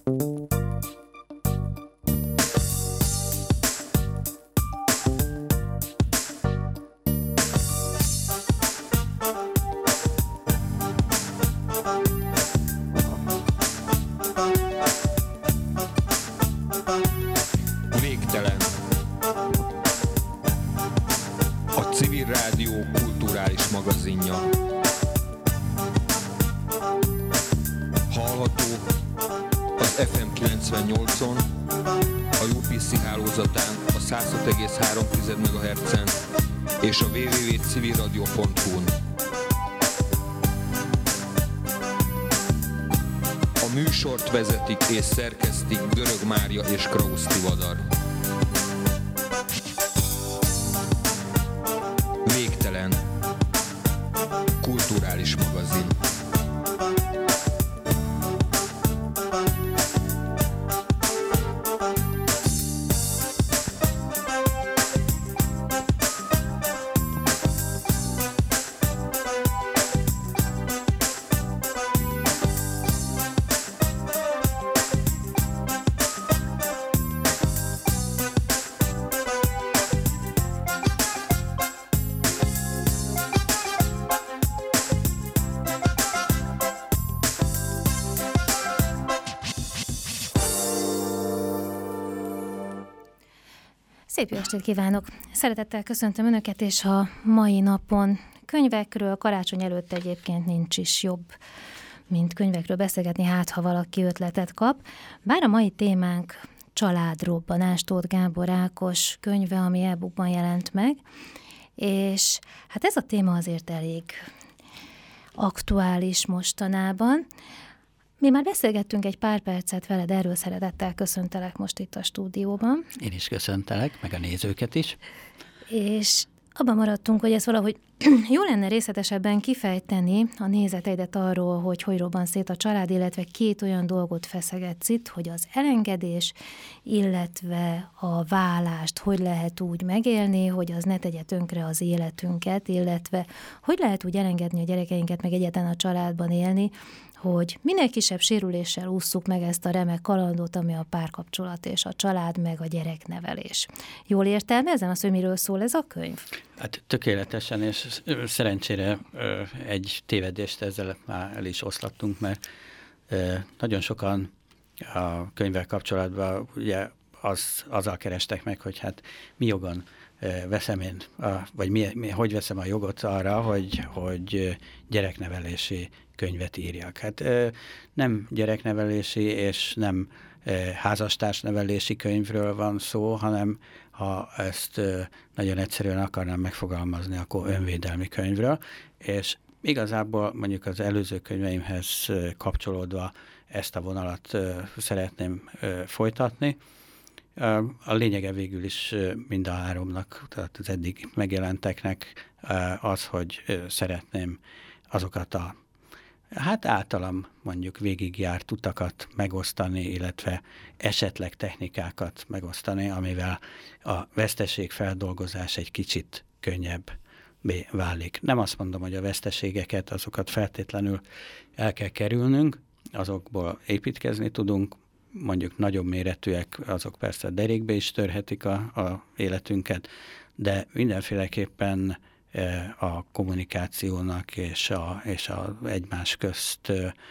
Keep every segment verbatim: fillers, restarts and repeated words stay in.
És a double-u double-u double-u pont civil radio pont hu-n. A műsort vezetik és szerkesztik Görög Mária és Krausz Tivadar. Végtelen. Kulturális magazin. Szép jó estét kívánok! Szeretettel köszöntöm Önöket, és a mai napon könyvekről, karácsony előtt egyébként nincs is jobb, mint könyvekről beszélgetni, hát ha valaki ötletet kap. Bár a mai témánk Családrobbanás, Tóth Gábor Ákos könyve, ami e-bookban jelent meg, és hát ez a téma azért elég aktuális mostanában. Mi már beszélgettünk egy pár percet veled, erről szeretettel köszöntelek most itt a stúdióban. Én is köszöntelek, meg a nézőket is. És abban maradtunk, hogy ez valahogy jó lenne részletesebben kifejteni a nézeteidet arról, hogy hogy robban szét a család, illetve két olyan dolgot feszegetsz itt, hogy az elengedés, illetve a válást hogy lehet úgy megélni, hogy az ne tegye tönkre az életünket, illetve hogy lehet úgy elengedni a gyerekeinket, meg egyáltalán a családban élni, hogy minél kisebb sérüléssel ússzuk meg ezt a remek kalandot, ami a párkapcsolat és a család, meg a gyereknevelés. Jól értelmezem azt, hogy miről szól ez a könyv? Hát tökéletesen, és szerencsére egy tévedést ezzel már el is oszlattunk, mert nagyon sokan a könyvvel kapcsolatban ugye az, azzal kerestek meg, hogy hát mi jogon veszem én, vagy mi, mi, hogy veszem a jogot arra, hogy, hogy gyereknevelési könyvet írjak. Hát nem gyereknevelési és nem házastársnevelési könyvről van szó, hanem ha ezt nagyon egyszerűen akarnám megfogalmazni, akkor önvédelmi könyvről, és igazából mondjuk az előző könyveimhez kapcsolódva ezt a vonalat szeretném folytatni. A lényege végül is mind a háromnak, tehát az eddig megjelenteknek az, hogy szeretném azokat a hát általam mondjuk végigjárt utakat megosztani, illetve esetleg technikákat megosztani, amivel a veszteségfeldolgozás egy kicsit könnyebb válik. Nem azt mondom, hogy a veszteségeket, azokat feltétlenül el kell kerülnünk, azokból építkezni tudunk, mondjuk nagyobb méretűek, azok persze derékbe is törhetik a, a életünket, de mindenféleképpen a kommunikációnak és a, és a egymás közt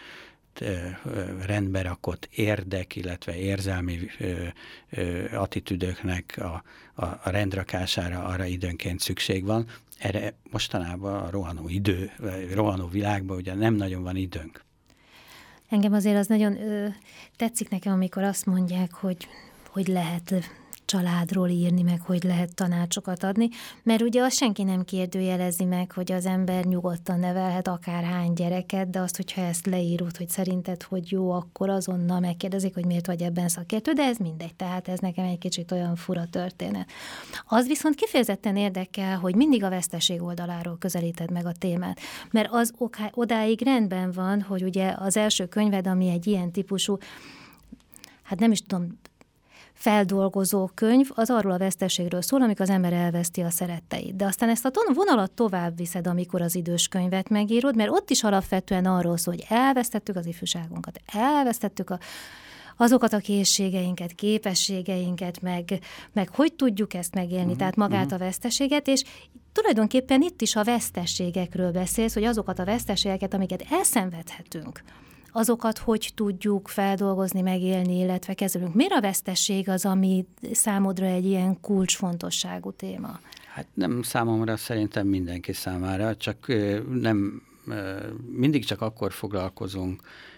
rendbe rakott érdek, illetve érzelmi ö, ö, attitűdöknek a, a, a rendrakására arra időnként szükség van. Erre mostanában a rohanó idő, rohanó világban ugye nem nagyon van időnk. Engem azért az nagyon ö, tetszik nekem, amikor azt mondják, hogy, hogy lehet családról írni, meg hogy lehet tanácsokat adni, mert ugye azt senki nem kérdőjelezi meg, hogy az ember nyugodtan nevelhet akárhány gyereket, de azt, hogyha ezt leírod, hogy szerinted, hogy jó, akkor azonnal megkérdezik, hogy miért vagy ebben szakértő, de ez mindegy, tehát ez nekem egy kicsit olyan fura történet. Az viszont kifejezetten érdekel, hogy mindig a veszteség oldaláról közelíted meg a témát, mert az odáig rendben van, hogy ugye az első könyved, ami egy ilyen típusú, hát nem is tudom, feldolgozó könyv, az arról a veszteségről szól, amikor az ember elveszti a szeretteit. De aztán ezt a vonalat tovább viszed, amikor az idős könyvet megírod, mert ott is alapvetően arról szól, hogy elvesztettük az ifjúságunkat, elvesztettük a, azokat a készségeinket, képességeinket, meg, meg hogy tudjuk ezt megélni, uh-huh. tehát magát uh-huh. a veszteséget, és tulajdonképpen itt is a veszteségekről beszélsz, hogy azokat a veszteségeket, amiket elszenvedhetünk, azokat hogy tudjuk feldolgozni, megélni, illetve kezelünk. Miért a vesztesség az, ami számodra egy ilyen kulcsfontosságú téma? Hát nem számomra, szerintem mindenki számára, csak nem, mindig csak akkor foglalkozunk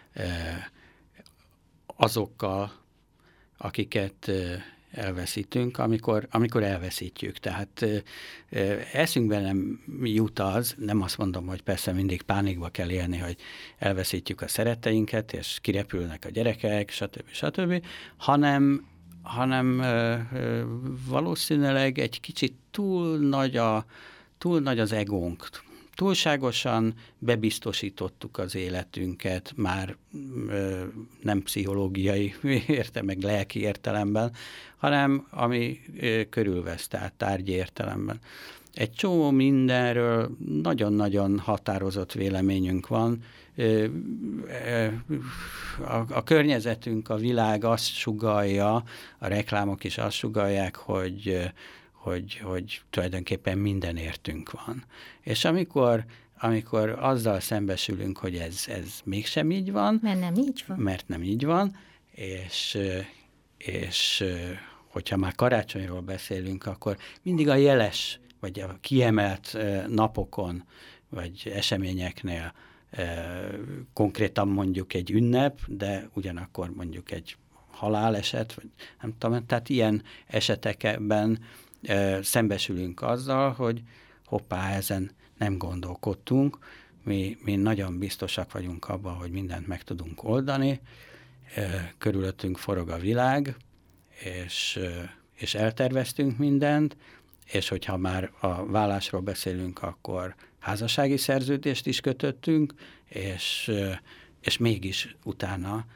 azokkal, akiket elveszítünk, amikor, amikor elveszítjük. Tehát eszünkben nem jut az, nem azt mondom, hogy persze mindig pánikba kell élni, hogy elveszítjük a szeretteinket, és kirepülnek a gyerekek, stb. stb., hanem, hanem valószínűleg egy kicsit túl nagy, a, túl nagy az egónk. Túlságosan bebiztosítottuk az életünket, már ö, nem pszichológiai érte, meg lelki értelemben, hanem ami ö, körülvesz, tehát tárgyi értelemben. Egy csomó mindenről nagyon-nagyon határozott véleményünk van. Ö, ö, a, a környezetünk, a világ azt sugallja, a reklámok is azt sugallják, hogy Hogy, hogy tulajdonképpen minden értünk van. És amikor, amikor azzal szembesülünk, hogy ez, ez mégsem így van, mert nem így van, mert nem így van, és, és hogyha már karácsonyról beszélünk, akkor mindig a jeles, vagy a kiemelt napokon, vagy eseményeknél konkrétan mondjuk egy ünnep, de ugyanakkor mondjuk egy haláleset, vagy nem tudom, tehát ilyen esetekben szembesülünk azzal, hogy hoppá, ezen nem gondolkodtunk, mi, mi nagyon biztosak vagyunk abban, hogy mindent meg tudunk oldani, körülöttünk forog a világ, és, és elterveztünk mindent, és hogyha már a vállásról beszélünk, akkor házassági szerződést is kötöttünk, és, és mégis utána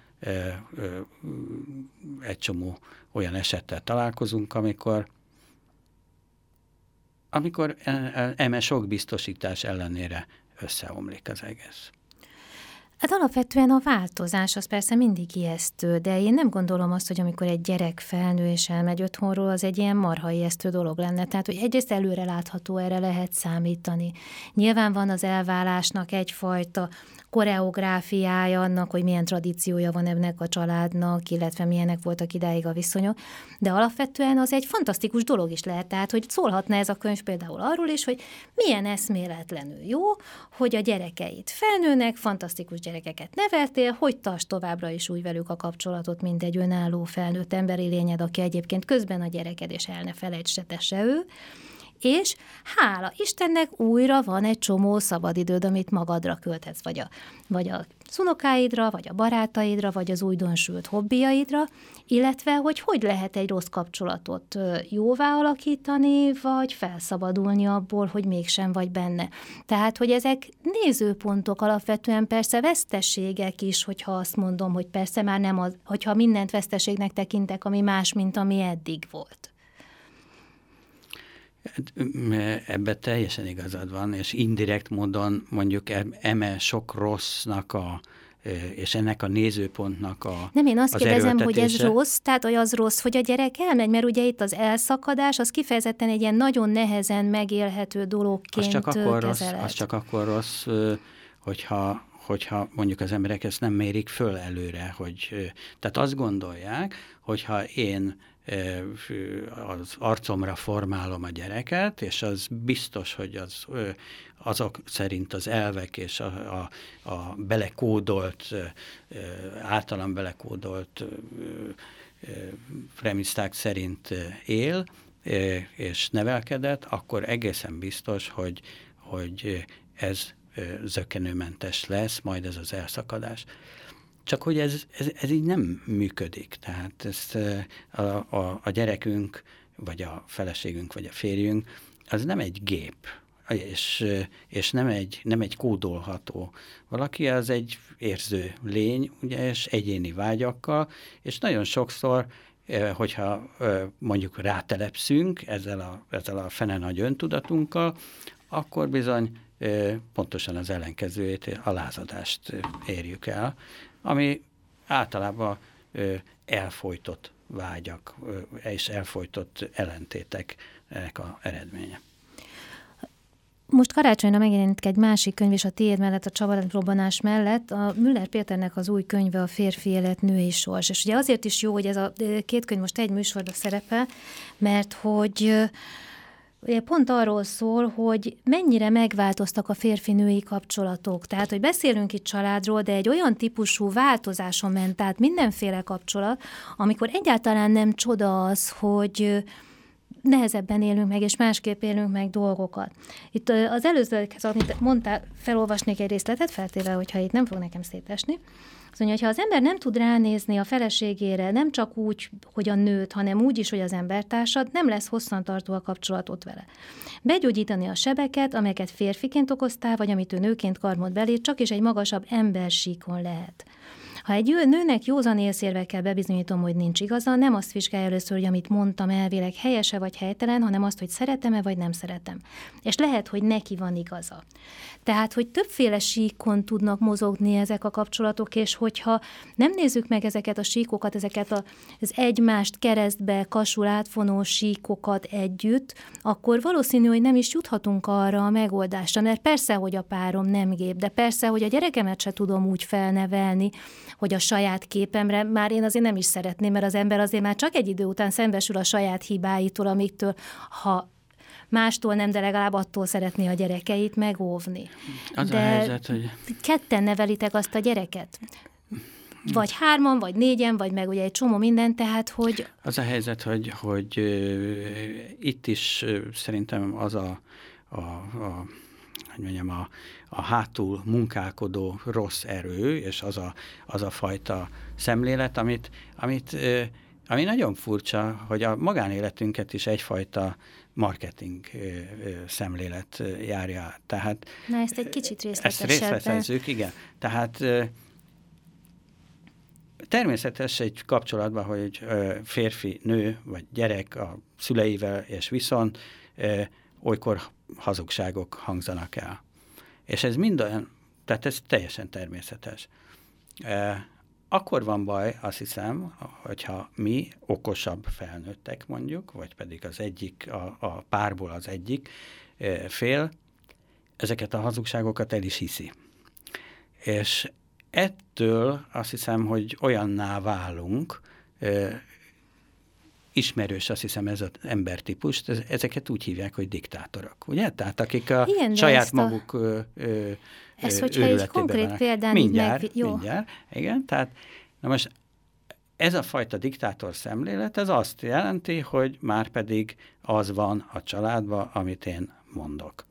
egy csomó olyan esettel találkozunk, amikor amikor eme sok biztosítás ellenére összeomlik az egész. Hát alapvetően a változás az persze mindig ijesztő, de én nem gondolom azt, hogy amikor egy gyerek felnő és elmegy otthonról, az egy ilyen marha ijesztő dolog lenne. Tehát, hogy egyrészt előre látható, erre lehet számítani. Nyilván van az elválásnak egyfajta koreográfiája annak, hogy milyen tradíciója van ennek a családnak, illetve milyenek voltak idáig a viszonyok, de alapvetően az egy fantasztikus dolog is lehet, tehát hogy szólhatna ez a könyv például arról is, hogy milyen eszméletlenül jó, hogy a gyerekeit felnőnek, fantasztikus gyerekeket neveltél, hogy tarts továbbra is úgy velük a kapcsolatot, mint egy önálló felnőtt emberi lényed, aki egyébként közben a gyereked, és el ne felejts se te se ő. És hála Istennek újra van egy csomó szabadidőd, amit magadra költhetsz, vagy a, vagy a szunokáidra, vagy a barátaidra, vagy az újdonsült hobbiaidra, illetve hogy hogy lehet egy rossz kapcsolatot jóvá alakítani, vagy felszabadulni abból, hogy mégsem vagy benne. Tehát, hogy ezek nézőpontok, alapvetően persze veszteségek is, hogyha azt mondom, hogy persze már nem az, hogyha mindent veszteségnek tekintek, ami más, mint ami eddig volt. Ebben teljesen igazad van, és indirekt módon mondjuk eme sok rossznak a, és ennek a nézőpontnak a Nem, én azt az kérdezem, hogy ez rossz, tehát hogy az rossz, hogy a gyerek elmegy, mert ugye itt az elszakadás, az kifejezetten egy ilyen nagyon nehezen megélhető dologként az csak akkor kezeled. rossz, az csak akkor rossz, hogyha, hogyha mondjuk az emberek ezt nem mérik föl előre, hogy, tehát azt gondolják, hogyha én az arcomra formálom a gyereket, és az biztos, hogy az, azok szerint az elvek és a, a, a belekódolt, általam belekódolt premisszák szerint él, és nevelkedett, akkor egészen biztos, hogy, hogy ez zökkenőmentes lesz, majd ez az elszakadás. Csak hogy ez, ez, ez így nem működik. Tehát ezt a, a, a gyerekünk, vagy a feleségünk, vagy a férjünk, az nem egy gép, és, és nem, egy, nem egy kódolható. Valaki az egy érző lény, ugye, és egyéni vágyakkal, és nagyon sokszor, hogyha mondjuk rátelepszünk ezzel a, ezzel a fene nagy öntudatunkkal, akkor bizony pontosan az ellenkezőjét, a lázadást érjük el, ami általában elfojtott vágyak és elfojtott ellentéteknek a eredménye. Most karácsonyra megjelent egy másik könyv, és a tiéd mellett, a Családrobbanás mellett a Müller Péternek az új könyve, a Férfi élet, női sors. És ugye azért is jó, hogy ez a két könyv most egy műsorban szerepel, mert hogy ugye pont arról szól, hogy mennyire megváltoztak a férfi-női kapcsolatok. Tehát, hogy beszélünk itt családról, de egy olyan típusú változáson ment át mindenféle kapcsolat, amikor egyáltalán nem csoda az, hogy nehezebben élünk meg, és másképp élünk meg dolgokat. Itt az előzőekhez, amit mondtál, felolvasnék egy részletet, feltéve, hogyha itt nem fog nekem szétesni. Azt mondja, hogy ha az ember nem tud ránézni a feleségére, nem csak úgy, hogy a nőt, hanem úgy is, hogy az embertársad, nem lesz hosszantartó a kapcsolatot vele. Begyógyítani a sebeket, amelyeket férfiként okoztál, vagy amit ő nőként karmod belé, csak is egy magasabb embersíkon lehet. Ha egy nőnek józan élszérvekkel bebizonyítom, hogy nincs igaza, nem azt vizsgálja először, hogy amit mondtam elvileg helyese vagy helytelen, hanem azt, hogy szeretem-e vagy nem szeretem. És lehet, hogy neki van igaza. Tehát, hogy többféle síkon tudnak mozogni ezek a kapcsolatok, és hogyha nem nézzük meg ezeket a síkokat, ezeket az egymást keresztbe kasul átfonó síkokat együtt, akkor valószínű, hogy nem is juthatunk arra a megoldásra, mert persze, hogy a párom nem gép, de persze, hogy a gyerekemet se tudom úgy felnevelni, hogy a saját képemre, már én azért nem is szeretném, mert az ember azért már csak egy idő után szembesül a saját hibáitól, amiktől, ha mástól nem, de legalább attól szeretné a gyerekeit megóvni. Az de a helyzet, hogy... ketten nevelitek azt a gyereket? Vagy hárman, vagy négyen, vagy meg ugye egy csomó minden, tehát hogy... Az a helyzet, hogy, hogy uh, itt is uh, szerintem az a, a, a hogy mondjam, a, a hátul munkálkodó rossz erő, és az a, az a fajta szemlélet, amit, amit, ami nagyon furcsa, hogy a magánéletünket is egyfajta marketing szemlélet járja. Tehát, Na ezt egy kicsit részletesebben. Ezt részletezzük, igen. Tehát természetes egy kapcsolatban, hogy férfi, nő vagy gyerek a szüleivel és viszont olykor hazugságok hangzanak el. És ez mind olyan, tehát ez teljesen természetes. E, akkor van baj, azt hiszem, hogyha mi okosabb felnőttek mondjuk, vagy pedig az egyik, a, a párból az egyik e, fél, ezeket a hazugságokat el is hiszi. És ettől azt hiszem, hogy olyanná válunk, e, ismerős, azt hiszem, ez az embertípust, ezeket úgy hívják, hogy diktátorok, ugye? Tehát akik a igen, saját maguk ö, ö, ez, hogyha egy konkrét vannak. Példán mindjárt, meg... Jó. mindjárt, igen, tehát na most ez a fajta diktátor szemlélet, ez azt jelenti, hogy már pedig az van a családban, amit én mondok.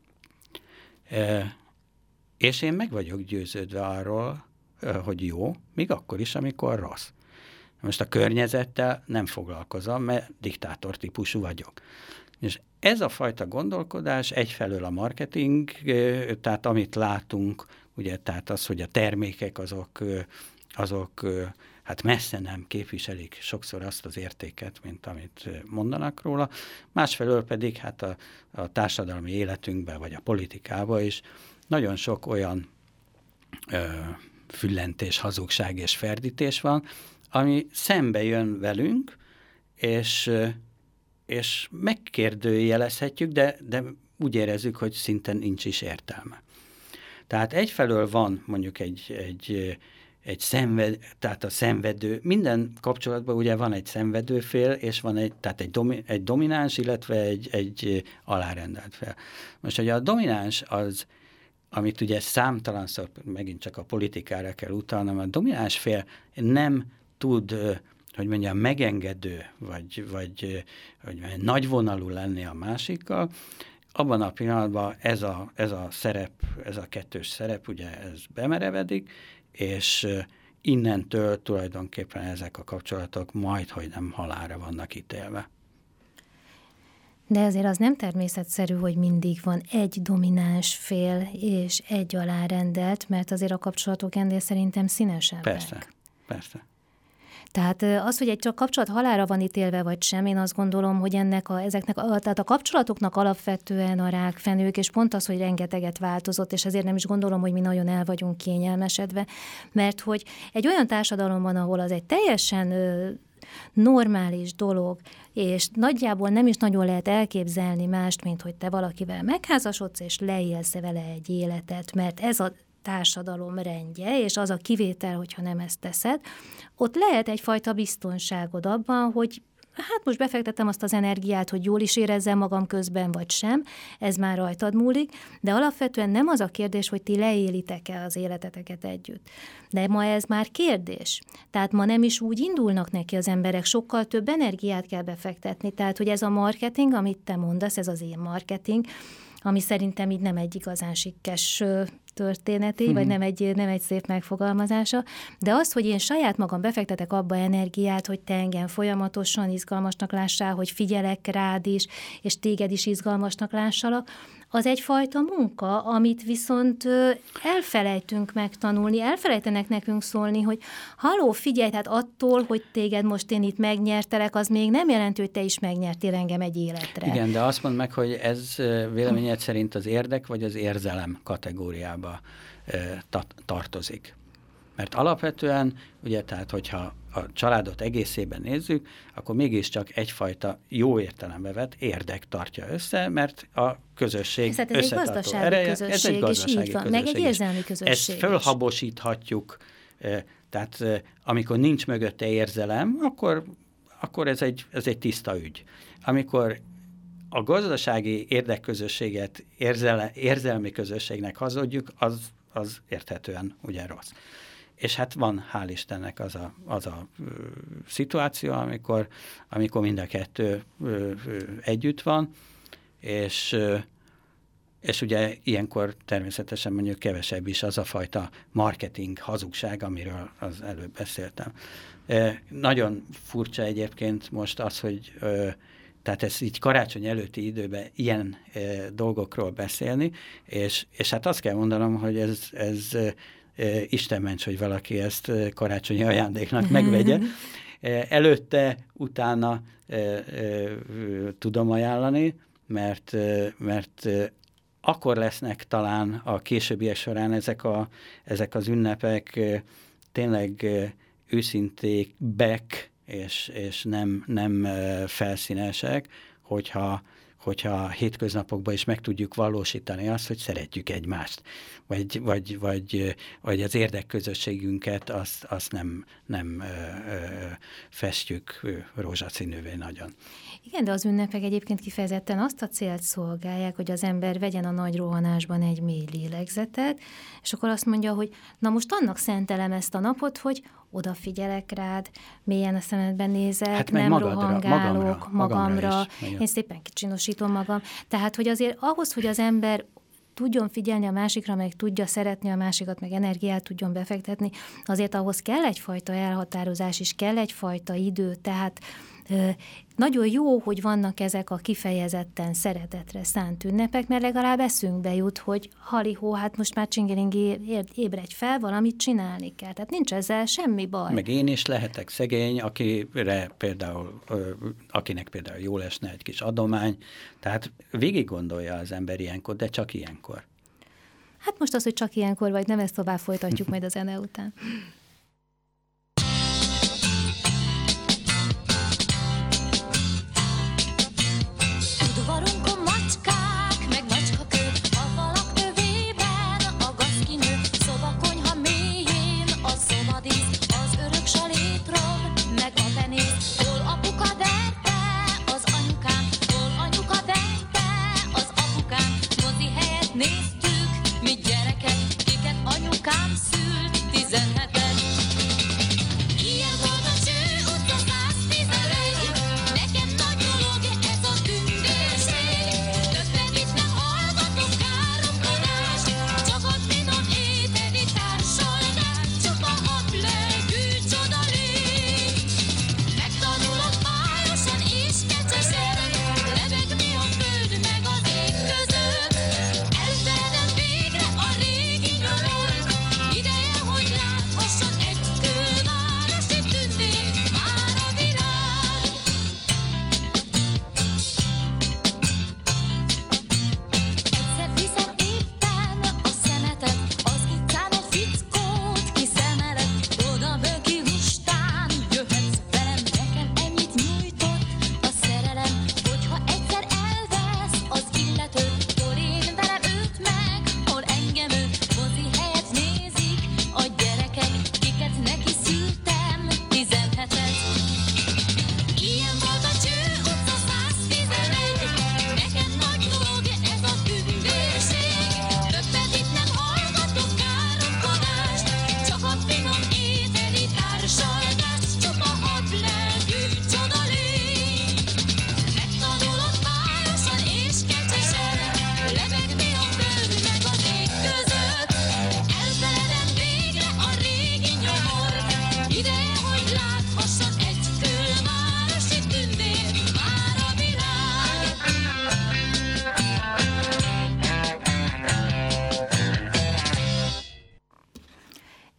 E, és én meg vagyok győződve arról, hogy jó, még akkor is, amikor rossz. Most a környezettel nem foglalkozom, mert diktátor típusú vagyok. És ez a fajta gondolkodás egyfelől a marketing, tehát amit látunk, ugye, tehát az, hogy a termékek azok, azok hát messze nem képviselik sokszor azt az értéket, mint amit mondanak róla. Másfelől pedig hát a, a társadalmi életünkben, vagy a politikában is nagyon sok olyan ö, füllentés, hazugság és ferdítés van, ami szembe jön velünk, és, és megkérdőjelezhetjük, de, de úgy érezzük, hogy szinte nincs is értelme. Tehát egyfelől van mondjuk egy, egy, egy szenved, tehát a szenvedő, minden kapcsolatban ugye van egy szenvedő fél, és van egy, tehát egy, domi, egy domináns, illetve egy, egy alárendelt fél. Most, hogy a domináns az, amit ugye számtalanszor megint csak a politikára kell utalnom, a domináns fél nem tud, hogy mondjam, megengedő, vagy, vagy hogy nagyvonalú lenni a másikkal, abban a pillanatban ez a, ez a szerep, ez a kettős szerep, ugye ez bemerevedik, és innentől tulajdonképpen ezek a kapcsolatok majd, hogy nem halálra vannak ítélve. De azért az nem természetszerű, hogy mindig van egy domináns fél és egy alárendelt, mert azért a kapcsolatok ennél szerintem színesebbek. Persze, persze. Tehát az, hogy egy csak kapcsolat halálra van ítélve, vagy sem, én azt gondolom, hogy ennek a, ezeknek a, tehát a kapcsolatoknak alapvetően a rákfenők, és pont az, hogy rengeteget változott, és ezért nem is gondolom, hogy mi nagyon el vagyunk kényelmesedve, mert hogy egy olyan társadalomban, ahol az egy teljesen ö, normális dolog, és nagyjából nem is nagyon lehet elképzelni mást, mint hogy te valakivel megházasodsz, és leélsz vele egy életet, mert ez a társadalom rendje, és az a kivétel, hogyha nem ezt teszed, ott lehet egyfajta biztonságod abban, hogy hát most befektetem azt az energiát, hogy jól is érezzem magam közben, vagy sem, ez már rajtad múlik, de alapvetően nem az a kérdés, hogy ti leélitek-e az életeteket együtt. De ma ez már kérdés. Tehát ma nem is úgy indulnak neki az emberek, sokkal több energiát kell befektetni. Tehát, hogy ez a marketing, amit te mondasz, ez az én marketing, ami szerintem így nem egy igazán sikkes történeti, mm-hmm. vagy nem egy, nem egy szép megfogalmazása, de az, hogy én saját magam befektetek abba energiát, hogy te engem folyamatosan izgalmasnak lássál, hogy figyelek rád is, és téged is izgalmasnak lássalak, az egyfajta munka, amit viszont elfelejtünk megtanulni, elfelejtenek nekünk szólni, hogy haló, figyelj, hát attól, hogy téged most én itt megnyertelek, az még nem jelenti, hogy te is megnyertél engem egy életre. Igen, de azt mondd meg, hogy ez véleményed szerint az érdek vagy az érzelem kategóriába tartozik. Mert alapvetően, ugye, tehát, hogyha a családot egészében nézzük, akkor mégiscsak egyfajta jó értelembe vett érdek tartja össze, mert a közösség ez összetartó ereje. Közösség, ez egy gazdasági is, közösség. Meg egy érzelmi közösség. Ezt fölhabosíthatjuk, tehát amikor nincs mögötte érzelem, akkor, akkor ez, egy, ez egy tiszta ügy. Amikor a gazdasági érdekközösséget érzele, érzelmi közösségnek hazudjuk, az, az érthetően ugye rossz. És hát van, hál' Istennek az a, az a ö, szituáció, amikor, amikor mind a kettő ö, ö, együtt van, és, ö, és ugye ilyenkor természetesen mondjuk kevesebb is az a fajta marketing hazugság, amiről az előbb beszéltem. E, nagyon furcsa egyébként most az, hogy ö, tehát ez így karácsony előtti időben ilyen e, dolgokról beszélni, és, és hát azt kell mondanom, hogy ez, ez Isten ments, hogy valaki ezt karácsonyi ajándéknak megvegye. Előtte, utána e, e, tudom ajánlani, mert, mert akkor lesznek talán a későbbiek során ezek, a, ezek az ünnepek tényleg őszintébbek, és, és nem, nem felszínesek, hogyha hogyha a hétköznapokban is meg tudjuk valósítani azt, hogy szeretjük egymást, vagy, vagy, vagy, vagy az érdekközösségünket, azt, azt nem, nem ö, ö, festjük rózsaszínűvé nagyon. Igen, de az ünnepek egyébként kifejezetten azt a célt szolgálják, hogy az ember vegyen a nagy rohanásban egy mély lélegzetet, és akkor azt mondja, hogy na most annak szentelem ezt a napot, hogy odafigyelek rád, mélyen a szemedben nézek, hát nem magadra, rohangálok magamra, magamra, magamra én szépen kicsinosítom magam. Tehát, hogy azért ahhoz, hogy az ember tudjon figyelni a másikra, meg tudja szeretni a másikat, meg energiát tudjon befektetni, azért ahhoz kell egyfajta elhatározás, és kell egyfajta idő, tehát nagyon jó, hogy vannak ezek a kifejezetten szeretetre szánt ünnepek, mert legalább eszünkbe jut, hogy halihó, hát most már csingelingi ébredj fel, valamit csinálni kell. Tehát nincs ezzel semmi baj. Meg én is lehetek szegény, akire például, akinek például jól esne egy kis adomány. Tehát végig gondolja az ember ilyenkor, de csak ilyenkor. Hát most az, hogy csak ilyenkor vagy, nem ezt tovább folytatjuk majd a zene után.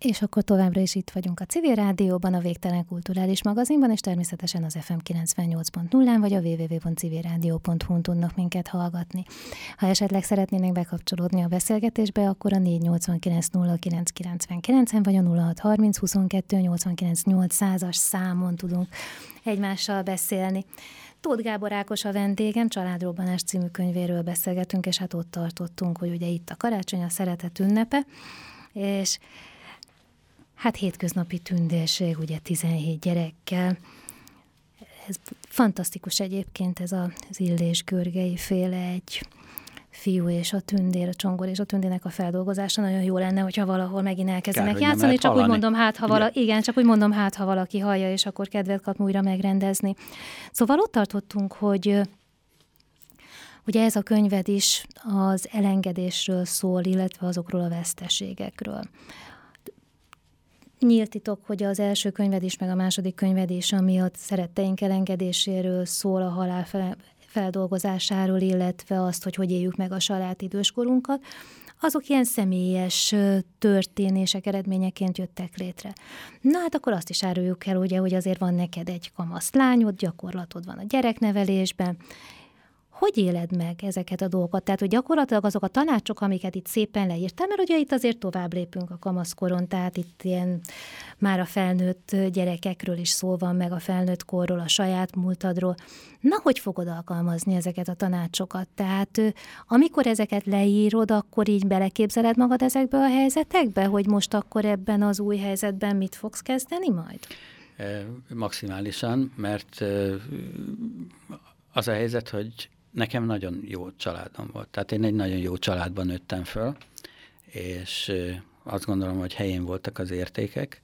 És akkor továbbra is itt vagyunk a Civil Rádióban, a Végtelen Kulturális Magazinban, és természetesen az ef em kilencvennyolc pont nullán, vagy a double-u double-u double-u pont civil rádió pont hu-n tudnak minket hallgatni. Ha esetleg szeretnének bekapcsolódni a beszélgetésbe, akkor a négy nyolc kilenc nulla kilenc kilencvenkilencen, vagy a nulla hat harminc huszonkettő nyolcvankilenc nyolcszázas számon tudunk egymással beszélni. Tóth Gábor Ákos a vendégem, Családrobbanás című könyvéről beszélgetünk, és hát ott tartottunk, hogy ugye itt a karácsony, a szeretet ünnepe, és hát hétköznapi tündérség, ugye tizenhét gyerekkel. Ez fantasztikus egyébként, ez az Illés Görgei féle egy fiú és a tündér, a Csongor és a tündérnek a feldolgozása. Nagyon jó lenne, hogyha valahol megint elkezdenek Kár, játszani, csak hallani. Úgy mondom, hát ha valaki, igen, csak úgy mondom, hát ha valaki hallja, és akkor kedvet kap újra megrendezni. Szóval ott tartottunk, hogy ugye ez a könyved is az elengedésről szól, illetve azokról a veszteségekről. Nyílt titok, hogy az első könyved is, meg a második könyved is, ami a szeretteink elengedéséről szól, a halál feldolgozásáról, illetve azt, hogy hogy éljük meg a saját időskorunkat, azok ilyen személyes történések eredményeként jöttek létre. Na hát akkor azt is áruljuk el, ugye, hogy azért van neked egy kamasz lányod, gyakorlatod van a gyereknevelésben. Hogy éled meg ezeket a dolgokat? Tehát, hogy gyakorlatilag azok a tanácsok, amiket itt szépen leírtál, mert ugye itt azért tovább lépünk a kamaszkoron, tehát itt ilyen már a felnőtt gyerekekről is szó van, meg a felnőtt korról, a saját múltadról. Na, hogy fogod alkalmazni ezeket a tanácsokat? Tehát amikor ezeket leírod, akkor így beleképzeled magad ezekbe a helyzetekbe, hogy most akkor ebben az új helyzetben mit fogsz kezdeni majd? Maximálisan, mert az a helyzet, hogy nekem nagyon jó családom volt. Tehát én egy nagyon jó családban nőttem föl, és azt gondolom, hogy helyén voltak az értékek.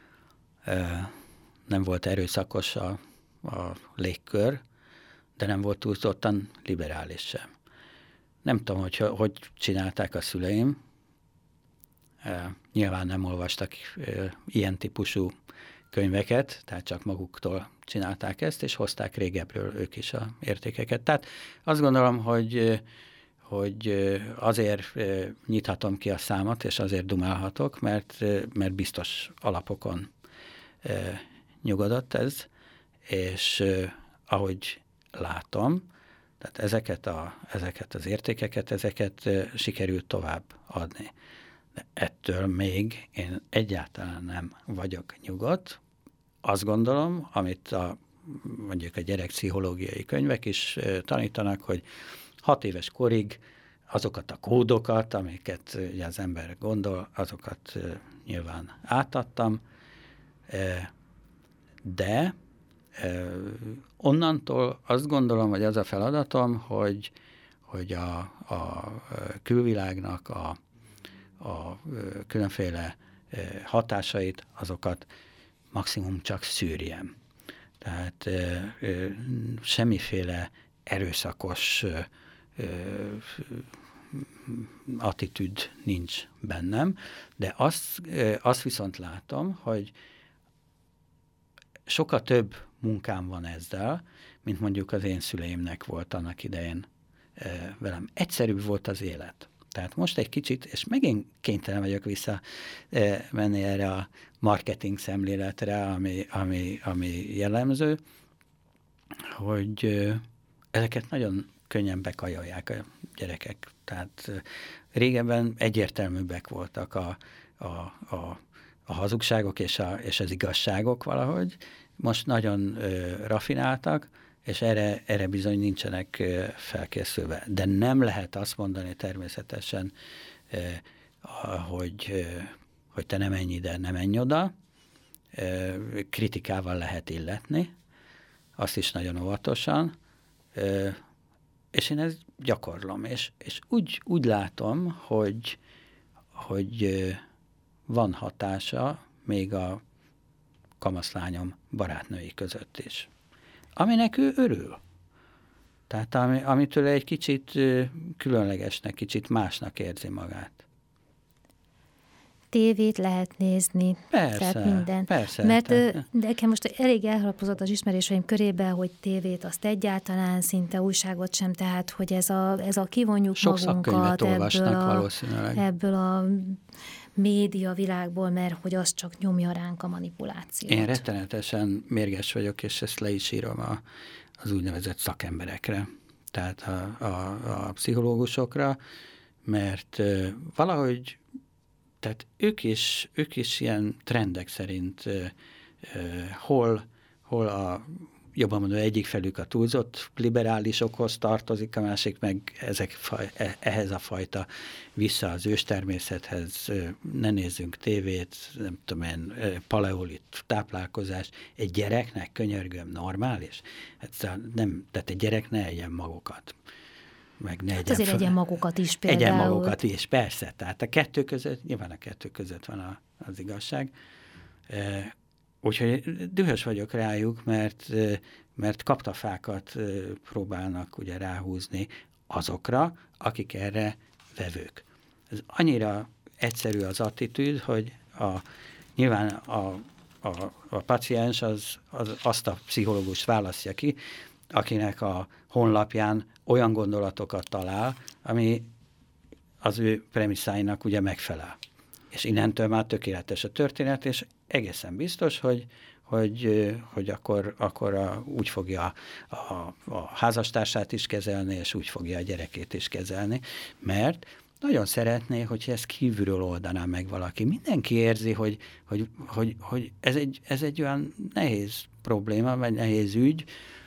Nem volt erőszakos a, a légkör, de nem volt túlzottan liberális sem. Nem tudom, hogy hogy csinálták a szüleim. Nyilván nem olvastak ilyen típusú könyveket, tehát csak maguktól csinálták ezt, és hozták régebbről ők is a értékeket. Tehát azt gondolom, hogy, hogy azért nyithatom ki a számat, és azért dumálhatok, mert, mert biztos alapokon nyugodott ez, és ahogy látom, tehát ezeket, a, ezeket az értékeket, ezeket sikerült tovább adni. De ettől még én egyáltalán nem vagyok nyugodt. Azt gondolom, amit a, mondjuk a gyerekpszichológiai könyvek is tanítanak, hogy hat éves korig azokat a kódokat, amiket ugye az ember gondol, azokat nyilván átadtam, de onnantól azt gondolom, hogy az a feladatom, hogy, hogy a, a külvilágnak a, a különféle hatásait, azokat maximum csak szűrjem. Tehát ö, ö, semmiféle erőszakos ö, ö, attitűd nincs bennem, de azt, ö, azt viszont látom, hogy sokkal több munkám van ezzel, mint mondjuk az én szüleimnek volt annak idején ö, velem. Egyszerűbb volt az élet. Tehát most egy kicsit, és megint kénytelen vagyok vissza e, menni erre a marketing szemléletre, ami, ami, ami jellemző, hogy e, ezeket nagyon könnyen bekajolják a gyerekek. Tehát e, régebben egyértelműbbek voltak a, a, a, a hazugságok és, a, és az igazságok valahogy. Most nagyon e, rafináltak, és erre, erre bizony nincsenek felkészülve. De nem lehet azt mondani természetesen, hogy, hogy te nem menj ide, nem menj oda. Kritikával lehet illetni, azt is nagyon óvatosan, és én ezt gyakorlom, és, és úgy, úgy látom, hogy, hogy van hatása még a kamaszlányom barátnői között is. Aminek ő örül. Tehát ami, amitől egy kicsit különlegesnek, kicsit másnak érzi magát. Tévét lehet nézni, persze, tehát minden. Persze. Mert tehát... nekem most elég elhalapozott az ismerőseim körében, hogy tévét azt egyáltalán, szinte újságot sem, tehát hogy ez a, ez a kivonjuk sok magunkat ebből a, valószínűleg. ebből a média világból, mert hogy az csak nyomja ránk a manipulációt. Én rettenetesen mérges vagyok, és ezt le is írom a, az úgynevezett szakemberekre, tehát a, a, a pszichológusokra, mert uh, valahogy, tehát ők is, ők is ilyen trendek szerint uh, uh, hol, hol a jobban mondom, egyik felük a túlzott liberálisokhoz tartozik, a másik meg ezek, ehhez a fajta vissza az őstermészethez, ne nézzünk tévét, nem tudom én, paleolit táplálkozás. Egy gyereknek, könyörgöm, normális? Hát nem, tehát egy gyerek ne egyen magukat. Meg ne hát azért egyen magukat is például. Egyen magukat is, persze. Tehát a kettő között, nyilván a kettő között van a, az igazság. Úgyhogy dühös vagyok rájuk, mert, mert kaptafákat próbálnak ugye ráhúzni azokra, akik erre vevők. Ez annyira egyszerű az attitűd, hogy a, nyilván a, a, a paciens az, az azt a pszichológust választja ki, akinek a honlapján olyan gondolatokat talál, ami az ő premisszáinak ugye megfelel. És innentől már tökéletes a történet, és egészen biztos, hogy, hogy, hogy akkor, akkor a, úgy fogja a, a házastársát is kezelni, és úgy fogja a gyerekét is kezelni, mert nagyon szeretné, hogy ezt kívülről oldaná meg valaki. Mindenki érzi, hogy, hogy, hogy, hogy ez, egy, ez egy olyan nehéz probléma, vagy nehéz ügy,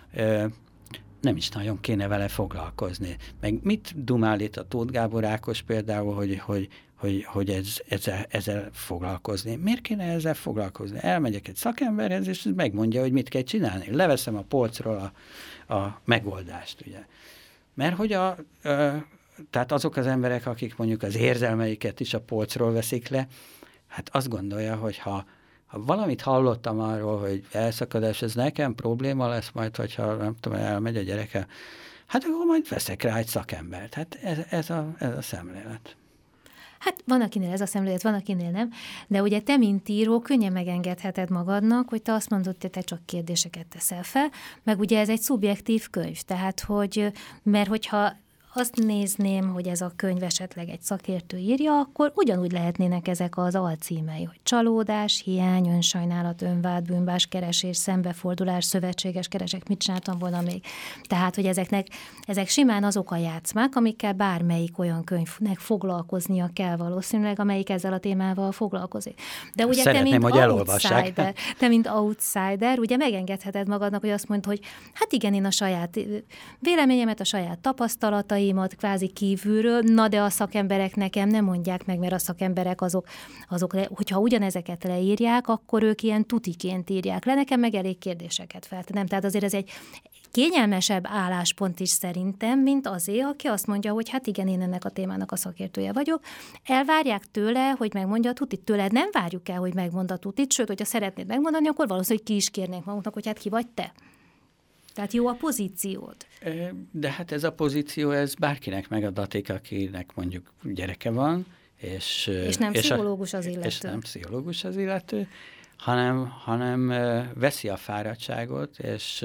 nem is nagyon kéne vele foglalkozni. Meg mit dumál itt a Tóth Gábor Ákos például, hogy, hogy hogy, hogy ez, ezzel, ezzel foglalkozni. Miért kéne ezzel foglalkozni? Elmegyek egy szakemberhez, és megmondja, hogy mit kell csinálni. Leveszem a polcról a, a megoldást, ugye. Mert hogy a, a, tehát azok az emberek, akik mondjuk az érzelmeiket is a polcról veszik le, hát azt gondolja, hogy ha, ha valamit hallottam arról, hogy elszakadás, ez nekem probléma lesz majd, hogyha nem tudom, elmegy a gyereke, hát akkor majd veszek rá egy szakembert. Hát ez, ez, a, ez a szemlélet. Hát van, akinél ez a szemlélet, van, akinél nem, de ugye te, mint író, könnyen megengedheted magadnak, hogy te azt mondod, hogy te csak kérdéseket teszel fel, meg ugye ez egy szubjektív könyv, tehát hogy, mert hogyha azt nézném, hogy ez a könyv esetleg egy szakértő írja, akkor ugyanúgy lehetnének ezek az alcímei, hogy csalódás, hiány, önsajnálat, önvád, bűnbás, keresés, szembefordulás, szövetséges keresek, mit csináltam volna még. Tehát, hogy ezeknek, ezek simán azok a játszmák, amikkel bármelyik olyan könyvnek foglalkoznia kell valószínűleg, amelyik ezzel a témával foglalkozik. De ugye Szeretném, te, mint outsider, te, mint outsider, ugye megengedheted magadnak, hogy azt mondd, hogy hát igen, én a saját véleményemet, a saját tapasztalatai, kvázi kívülről, na de a szakemberek nekem nem mondják meg, mert a szakemberek azok, azok le, hogyha ugyanezeket leírják, akkor ők ilyen tutiként írják le, nekem meg elég kérdéseket feltenem. Tehát azért ez egy kényelmesebb álláspont is szerintem, mint azért, aki azt mondja, hogy hát igen, én ennek a témának a szakértője vagyok. Elvárják tőle, hogy megmondja a tutit. Tőled nem várjuk el, hogy megmond a tutit, sőt, hogyha szeretnéd megmondani, akkor valószínűleg ki is kérnék magunknak, hogy hát ki vagy te. Tehát jó a pozíciód. De hát ez a pozíció, ez bárkinek megadatik, akinek mondjuk gyereke van, és, és nem és pszichológus az illető. És nem pszichológus az illető, hanem, hanem veszi a fáradtságot, és,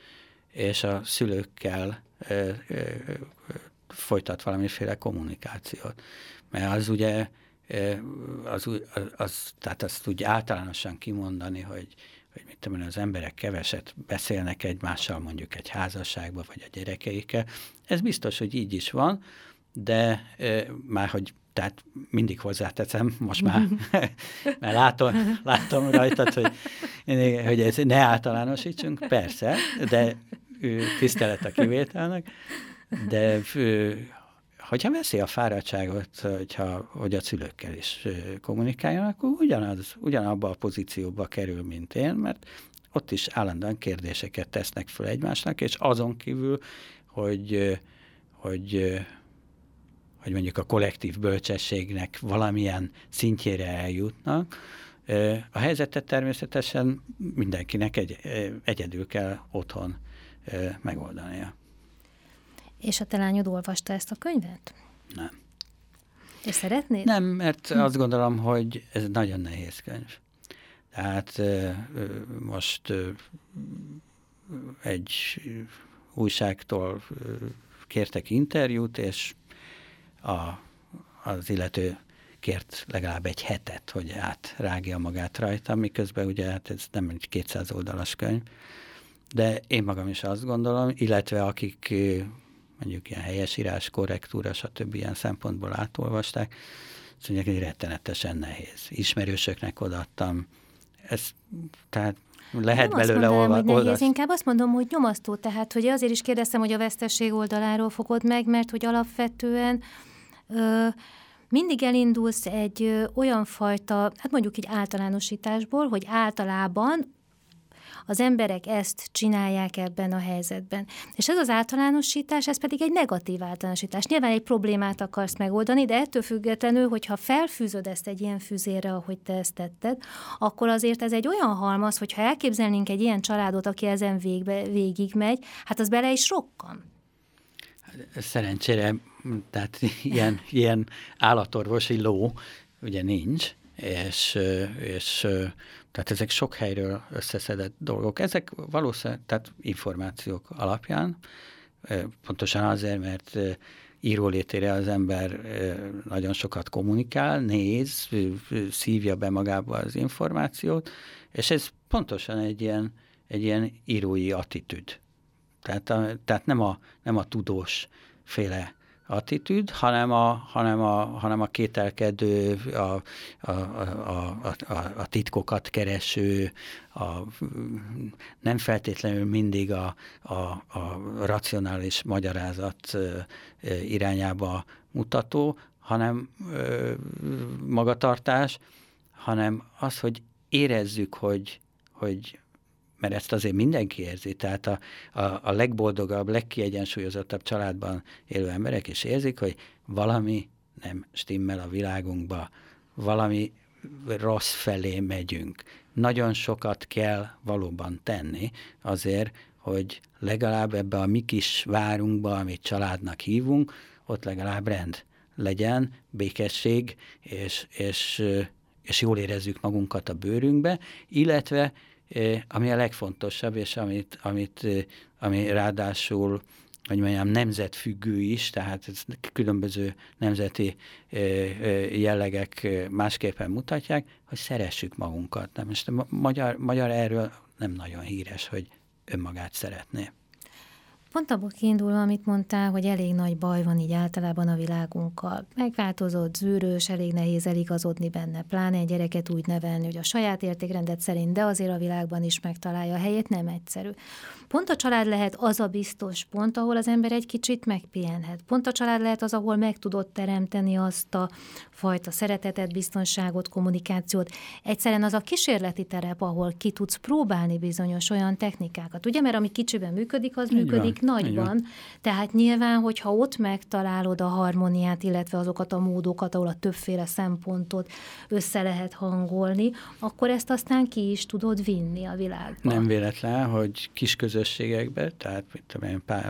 és a szülőkkel folytat valamiféle kommunikációt. Mert az ugye, az, az, az, tehát azt úgy általánosan kimondani, hogy hogy mit tudom, az emberek keveset beszélnek egymással, mondjuk egy házasságban, vagy a gyerekeikkel. Ez biztos, hogy így is van, de e, már, hogy tehát mindig hozzáteszem, most már, már látom, látom rajtad, hogy, hogy ez ne általánosítsunk, persze, de tisztelet a kivételnek, de hogyha veszi a fáradtságot, hogyha, hogy a szülőkkel is kommunikáljon, akkor ugyanaz, ugyanabba a pozícióba kerül, mint én, mert ott is állandóan kérdéseket tesznek fel egymásnak, és azon kívül, hogy, hogy, hogy mondjuk a kollektív bölcsességnek valamilyen szintjére eljutnak, a helyzetet természetesen mindenkinek egy, egyedül kell otthon megoldania. És a te lányod olvasta ezt a könyvet? Nem. És szeretnéd? Nem, mert hm. azt gondolom, hogy ez nagyon nehéz könyv. Tehát most egy újságtól kértek interjút, és a, az illető kért legalább egy hetet, hogy átrágja magát rajta, miközben ugye hát ez nem egy kétszáz oldalas könyv, de én magam is azt gondolom, illetve akik mondjuk ilyen helyesírás, korrektúra, stb. Ilyen szempontból átolvasták, azt mondják, hogy rettenetesen nehéz. Ismerősöknek odaadtam. Ez, tehát lehet nem belőle olvasni. Nehéz, inkább azt mondom, hogy nyomasztó. Tehát, hogy azért is kérdeztem, hogy a vesztesség oldaláról fogod meg, mert hogy alapvetően ö, mindig elindulsz egy ö, olyan fajta, hát mondjuk így általánosításból, hogy általában az emberek ezt csinálják ebben a helyzetben. És ez az általánosítás, ez pedig egy negatív általánosítás. Nyilván egy problémát akarsz megoldani, de ettől függetlenül, hogyha felfűzöd ezt egy ilyen füzérre, ahogy te ezt tetted, akkor azért ez egy olyan halmaz, hogyha elképzelnénk egy ilyen családot, aki ezen végbe, végig megy, hát az bele is rokkan. Szerencsére, tehát ilyen, ilyen állatorvosi ló ugye nincs, és, és tehát ezek sok helyről összeszedett dolgok. Ezek valószínűleg, tehát információk alapján, pontosan azért, mert írólétére az ember nagyon sokat kommunikál, néz, szívja be magába az információt, és ez pontosan egy ilyen, egy ilyen írói attitűd. Tehát, a, tehát nem, a, nem a tudós féle attitűd, hanem a, hanem a, hanem a kételkedő, a, a, a, a, a titkokat kereső, a, nem feltétlenül mindig a, a, a racionális magyarázat irányába mutató, hanem magatartás, hanem az, hogy érezzük, hogy, hogy mert ezt azért mindenki érzi, tehát a, a, a legboldogabb, legkiegyensúlyozottabb családban élő emberek is érzik, hogy valami nem stimmel a világunkba, valami rossz felé megyünk. Nagyon sokat kell valóban tenni azért, hogy legalább ebbe a mi kis várunkba, amit családnak hívunk, ott legalább rend legyen, békesség, és, és, és jól érezzük magunkat a bőrünkbe, illetve ami a legfontosabb, és amit, amit, ami ráadásul, hogy mondjam, nemzetfüggő is, tehát ez különböző nemzeti jellegek másképpen mutatják, hogy szeressük magunkat. De most a magyar, magyar erről nem nagyon híres, hogy önmagát szeretné. Pont abból kiindulva, amit mondtál, hogy elég nagy baj van így általában a világunkkal. Megváltozott, zűrös, elég nehéz eligazodni benne, pláne egy gyereket úgy nevelni, hogy a saját értékrendet szerint, de azért a világban is megtalálja a helyét, nem egyszerű. Pont a család lehet az a biztos pont, ahol az ember egy kicsit megpihenhet. Pont a család lehet az, ahol meg tudod teremteni azt a fajta szeretetet, biztonságot, kommunikációt. Egyszerűen az a kísérleti terep, ahol ki tudsz próbálni bizonyos olyan technikákat. Ugye, mert ami kicsiben működik, az így működik van, nagyban. Tehát nyilván, hogyha ott megtalálod a harmóniát, illetve azokat a módokat, ahol a többféle szempontot össze lehet hangolni, akkor ezt aztán ki is tudod vinni a világba. Nem véletlen, hogy kis közösségekben, tehát mit tudom én, pár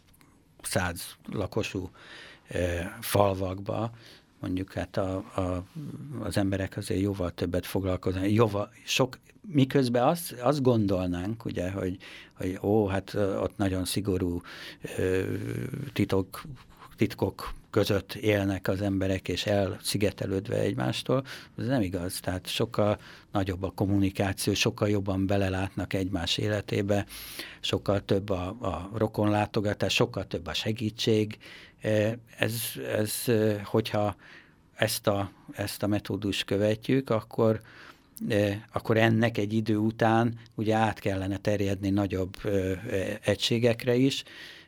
száz lakosú e, falvakba, mondjuk hát a, a, az emberek azért jóval többet foglalkoznak, jóval, sok, miközben azt, azt gondolnánk, ugye, hogy, hogy ó, hát ott nagyon szigorú ö, titok, titkok között élnek az emberek, és elszigetelődve egymástól, ez nem igaz. Tehát sokkal nagyobb a kommunikáció, sokkal jobban belelátnak egymás életébe, sokkal több a, a rokonlátogatás, sokkal több a segítség. Ez, ez hogyha ezt a, ezt a metódust követjük, akkor akkor ennek egy idő után ugye át kellene terjedni nagyobb egységekre is,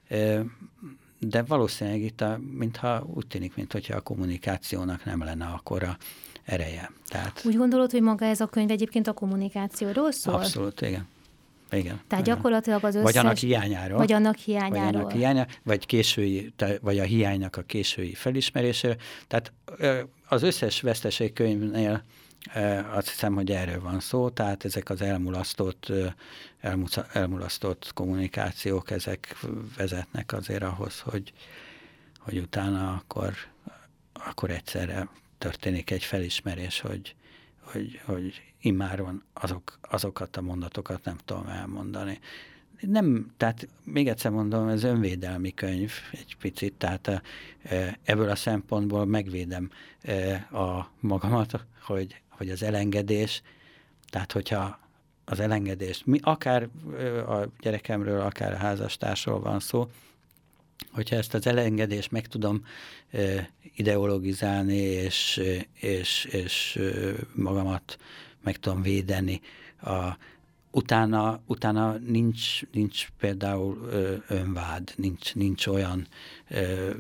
de valószínűleg itt, a, mintha úgy tűnik, mintha a kommunikációnak nem lenne akkora ereje. Tehát, úgy gondolod, hogy maga ez a könyv egyébként a kommunikációról szól? Abszolút, igen. Igen, Tehát igen. gyakorlatilag az összes... Vagy annak hiányáról. Vagy annak hiányáról. Vagy, annak hiánya, vagy, késői, vagy a hiánynak a késői felismerésére. Tehát az összes veszteségkönyvnél azt hiszem, hogy erről van szó, tehát ezek az elmulasztott, elmulasztott kommunikációk, ezek vezetnek azért ahhoz, hogy, hogy utána akkor, akkor egyszerre történik egy felismerés, hogy, hogy, hogy immáron azok, azokat a mondatokat nem tudom elmondani. nem, tehát még egyszer mondom, ez önvédelmi könyv egy picit, tehát ebből a szempontból megvédem a magamat, hogy, hogy az elengedés, tehát hogyha az elengedést, mi, akár a gyerekemről, akár a házastársról van szó, hogyha ezt az elengedést meg tudom ideologizálni, és, és, és magamat meg tudom védeni, a, utána, utána nincs, nincs például ö, önvád, nincs, nincs olyan ö,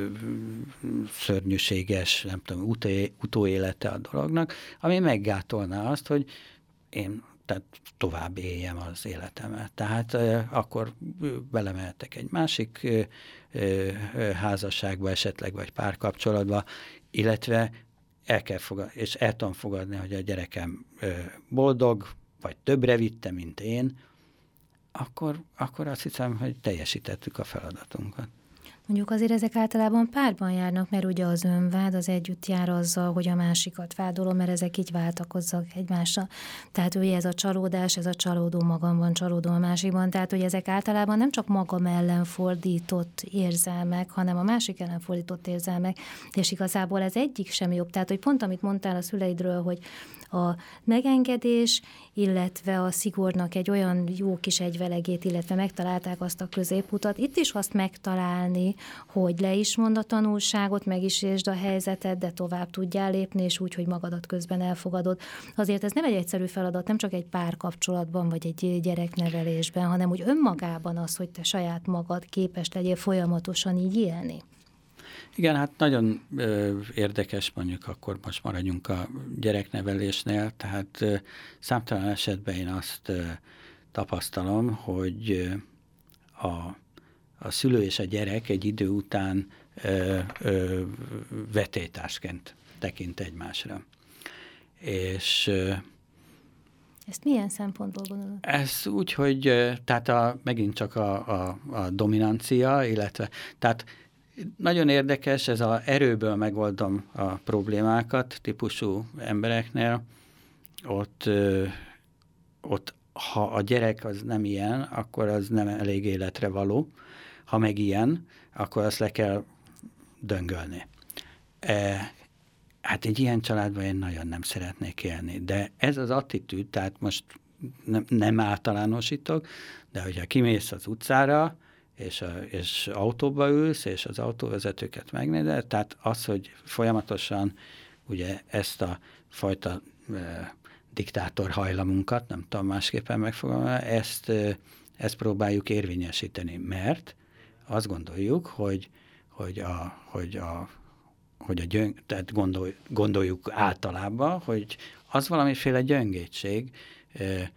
szörnyűséges, nem tudom, utó, utóélete a dolognak, ami meggátolná azt, hogy én tehát tovább éljem az életemet. Tehát ö, akkor belemehetek egy másik ö, ö, házasságba esetleg, vagy párkapcsolatba, illetve el kell fogadni, és el tudom fogadni, hogy a gyerekem ö, boldog, vagy többre vitte, mint én, akkor, akkor azt hiszem, hogy teljesítettük a feladatunkat. Mondjuk azért ezek általában párban járnak, mert ugye az önvád az együtt jár azzal, hogy a másikat vádolom, mert ezek így váltakozzak egymással. Tehát ugye ez a csalódás, ez a csalódó magamban, csalódó a másikban, tehát hogy ezek általában nem csak magam ellen fordított érzelmek, hanem a másik ellen fordított érzelmek, és igazából ez egyik sem jobb. Tehát, hogy pont amit mondtál a szüleidről, hogy a megengedés, illetve a szigornak egy olyan jó kis egyvelegét, illetve megtalálták azt a középutat. Itt is azt megtalálni, hogy le is mond a tanulságot, meg is értsd a helyzetet, de tovább tudjál lépni, és úgy, hogy magadat közben elfogadod. Azért ez nem egy egyszerű feladat, nem csak egy párkapcsolatban, vagy egy gyereknevelésben, hanem úgy önmagában az, hogy te saját magad képes legyél folyamatosan így élni. Igen, hát nagyon ö, érdekes, mondjuk akkor most maradjunk a gyereknevelésnél, tehát ö, számtalan esetben én azt ö, tapasztalom, hogy ö, a, a szülő és a gyerek egy idő után ö, ö, vetélytársként tekint egymásra. És ö, ezt milyen szempontból gondolod? Ez úgy, hogy tehát a, megint csak a, a, a dominancia, illetve tehát nagyon érdekes, ez az erőből megoldom a problémákat típusú embereknél. Ott, ö, ott, ha a gyerek az nem ilyen, akkor az nem elég életre való. Ha meg ilyen, akkor azt le kell döngölni. E, hát egy ilyen családban én nagyon nem szeretnék élni. De ez az attitűd, tehát most nem, nem általánosítok, de hogyha kimész az utcára, és, a, és autóba ülsz, és az autóvezetőket megnézed, tehát az, hogy folyamatosan ugye ezt a fajta e, diktátor hajlamunkat, nem tudom másképpen megfogalmazni, ezt, e, ezt próbáljuk érvényesíteni, mert azt gondoljuk, hogy, hogy a, hogy a, hogy a gyöng, tehát gondol, gondoljuk általában, hogy az valamiféle gyöngétség e, e,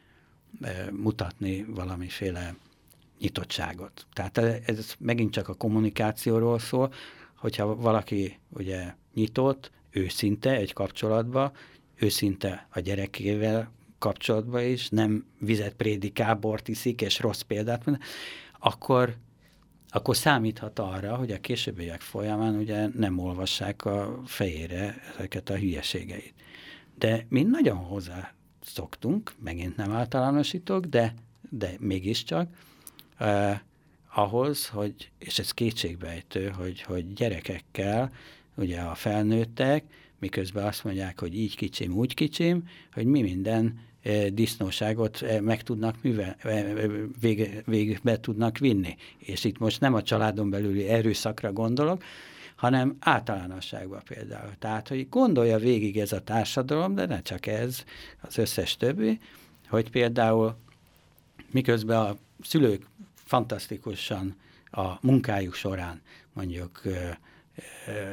mutatni valamiféle nyitottságot. Tehát ez megint csak a kommunikációról szól, hogyha valaki ugye nyitott, őszinte egy kapcsolatba, őszinte a gyerekével kapcsolatban is, nem vizet prédikál, bort iszik és rossz példát mond, akkor, akkor számíthat arra, hogy a későbbiek folyamán ugye nem olvassák a fejére ezeket a hülyeségeit. De mi nagyon hozzá szoktunk, megint nem általánosítok, de, de mégiscsak, Uh, ahhoz, hogy, és ez kétségbejtő, hogy, hogy gyerekekkel, ugye a felnőttek, miközben azt mondják, hogy így kicsim, úgy kicsim, hogy mi minden uh, disznóságot uh, meg tudnak művel, uh, vég, végbe tudnak vinni. És itt most nem a családon belüli erőszakra gondolok, hanem általánosságban például. Tehát, hogy gondolja végig ez a társadalom, de ne csak ez, az összes többi, hogy például miközben a szülők fantasztikusan a munkájuk során mondjuk ö, ö,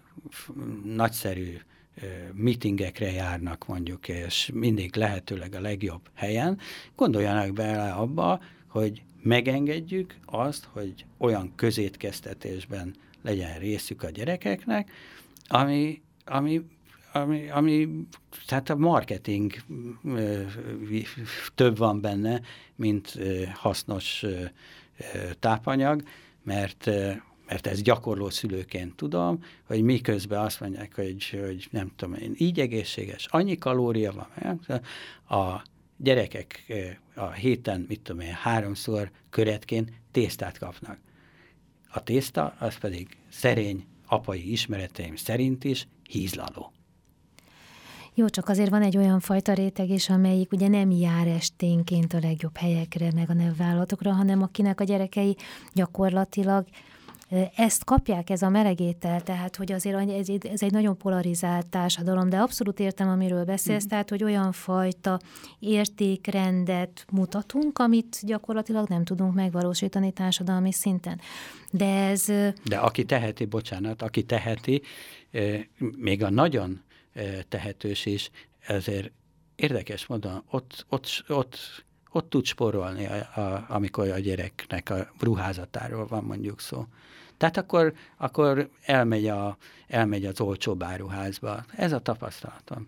nagyszerű ö, meetingekre járnak mondjuk, és mindig lehetőleg a legjobb helyen, gondoljanak bele abba, hogy megengedjük azt, hogy olyan közétkeztetésben legyen részük a gyerekeknek, ami, ami Ami, ami, tehát a marketing ö, több van benne, mint ö, hasznos ö, tápanyag, mert, ö, mert ez gyakorló szülőként tudom, hogy miközben azt mondják, hogy, hogy nem tudom én, így egészséges, annyi kalória van, a, gyerekek a héten, mit tudom én, háromszor köretként tésztát kapnak. A tészta az pedig szerény apai ismereteim szerint is hízlaló. Jó, csak azért van egy olyan fajta réteg is, amelyik ugye nem jár esténként a legjobb helyekre, meg a nevvállalatokra, hanem akinek a gyerekei gyakorlatilag ezt kapják, ez a melegétel, tehát hogy azért ez, ez egy nagyon polarizált társadalom, de abszolút értem, amiről beszélsz, mm. tehát hogy olyan fajta értékrendet mutatunk, amit gyakorlatilag nem tudunk megvalósítani társadalmi szinten. De ez... De aki teheti, bocsánat, aki teheti, még a nagyon tehetős is, ezért érdekes módon ott, ott, ott, ott tud spórolni, a, a, amikor a gyereknek a ruházatáról van mondjuk szó. Tehát akkor, akkor elmegy, a, elmegy az olcsóbb áruházba. Ez a tapasztalatom.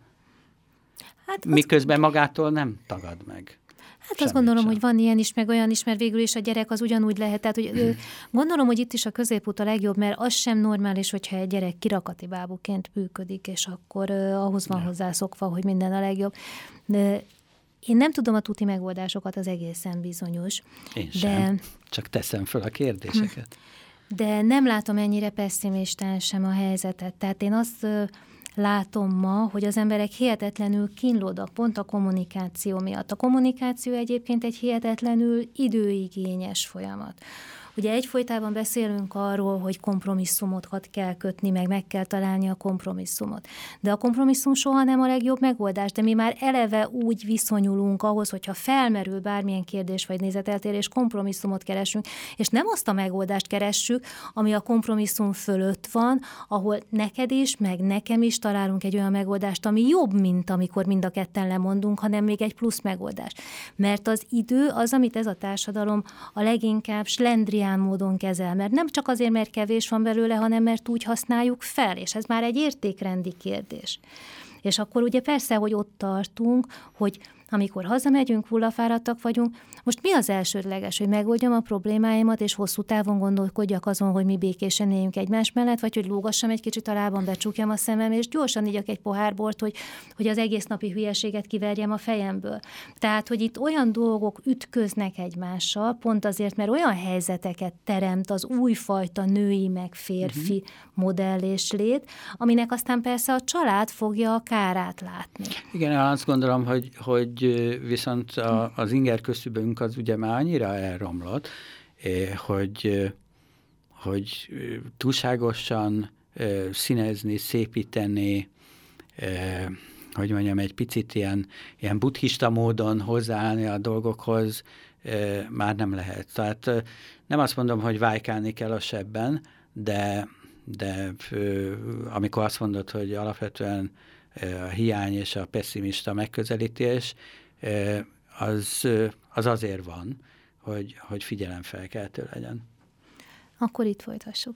Hát miközben magától nem tagad meg. Hát azt gondolom, sem. Hogy van ilyen is, meg olyan is, mert végül is a gyerek az ugyanúgy lehet. Tehát, hogy hmm. gondolom, hogy itt is a középút a legjobb, mert az sem normális, hogyha egy gyerek kirakati bábuként működik, és akkor uh, ahhoz van ja. hozzászokva, hogy minden a legjobb. De én nem tudom a tuti megoldásokat, az egészen bizonyos. Én sem, de... csak teszem fel a kérdéseket. De nem látom ennyire pesszimistán sem a helyzetet. Tehát én azt látom ma, hogy az emberek hihetetlenül kínlódnak pont a kommunikáció miatt. A kommunikáció egyébként egy hihetetlenül időigényes folyamat. Ugye egyfolytában beszélünk arról, hogy kompromisszumokat kell kötni, meg meg kell találni a kompromisszumot. De a kompromisszum soha nem a legjobb megoldás, de mi már eleve úgy viszonyulunk ahhoz, hogyha felmerül bármilyen kérdés vagy nézeteltérés, kompromisszumot keresünk, és nem azt a megoldást keressük, ami a kompromisszum fölött van, ahol neked is, meg nekem is találunk egy olyan megoldást, ami jobb, mint amikor mind a ketten lemondunk, hanem még egy plusz megoldás. Mert az idő az, amit ez a társadalom a leginkább slendrián módon kezel, mert nem csak azért, mert kevés van belőle, hanem mert úgy használjuk fel, és ez már egy értékrendi kérdés. És akkor ugye persze, hogy ott tartunk, hogy amikor hazamegyünk, hullafáradtak vagyunk, most mi az elsődleges, hogy megoldjam a problémáimat, és hosszú távon gondolkodjak azon, hogy mi békésen éljünk egymás mellett, vagy hogy lógassam egy kicsit a lábam, becsukjam a szemem, és gyorsan igyak egy pohár bort, hogy, hogy az egész napi hülyeséget kiverjem a fejemből. Tehát, hogy itt olyan dolgok ütköznek egymással, pont azért, mert olyan helyzeteket teremt az újfajta női meg férfi uh-huh. modell és lét, aminek aztán persze a család fogja a kárát látni. Igen, azt gondolom, hogy, hogy viszont a, az inger közszűbünk az ugye már annyira elromlott, hogy, hogy túlságosan színezni, szépíteni, hogy mondjam, egy picit ilyen, ilyen buddhista módon hozzáállni a dolgokhoz már nem lehet. Tehát nem azt mondom, hogy vájkálni kell a sebben, de, de amikor azt mondod, hogy alapvetően a hiány és a pesszimista megközelítés, az, az azért van, hogy, hogy figyelemfelkeltő legyen. Akkor itt folytassuk.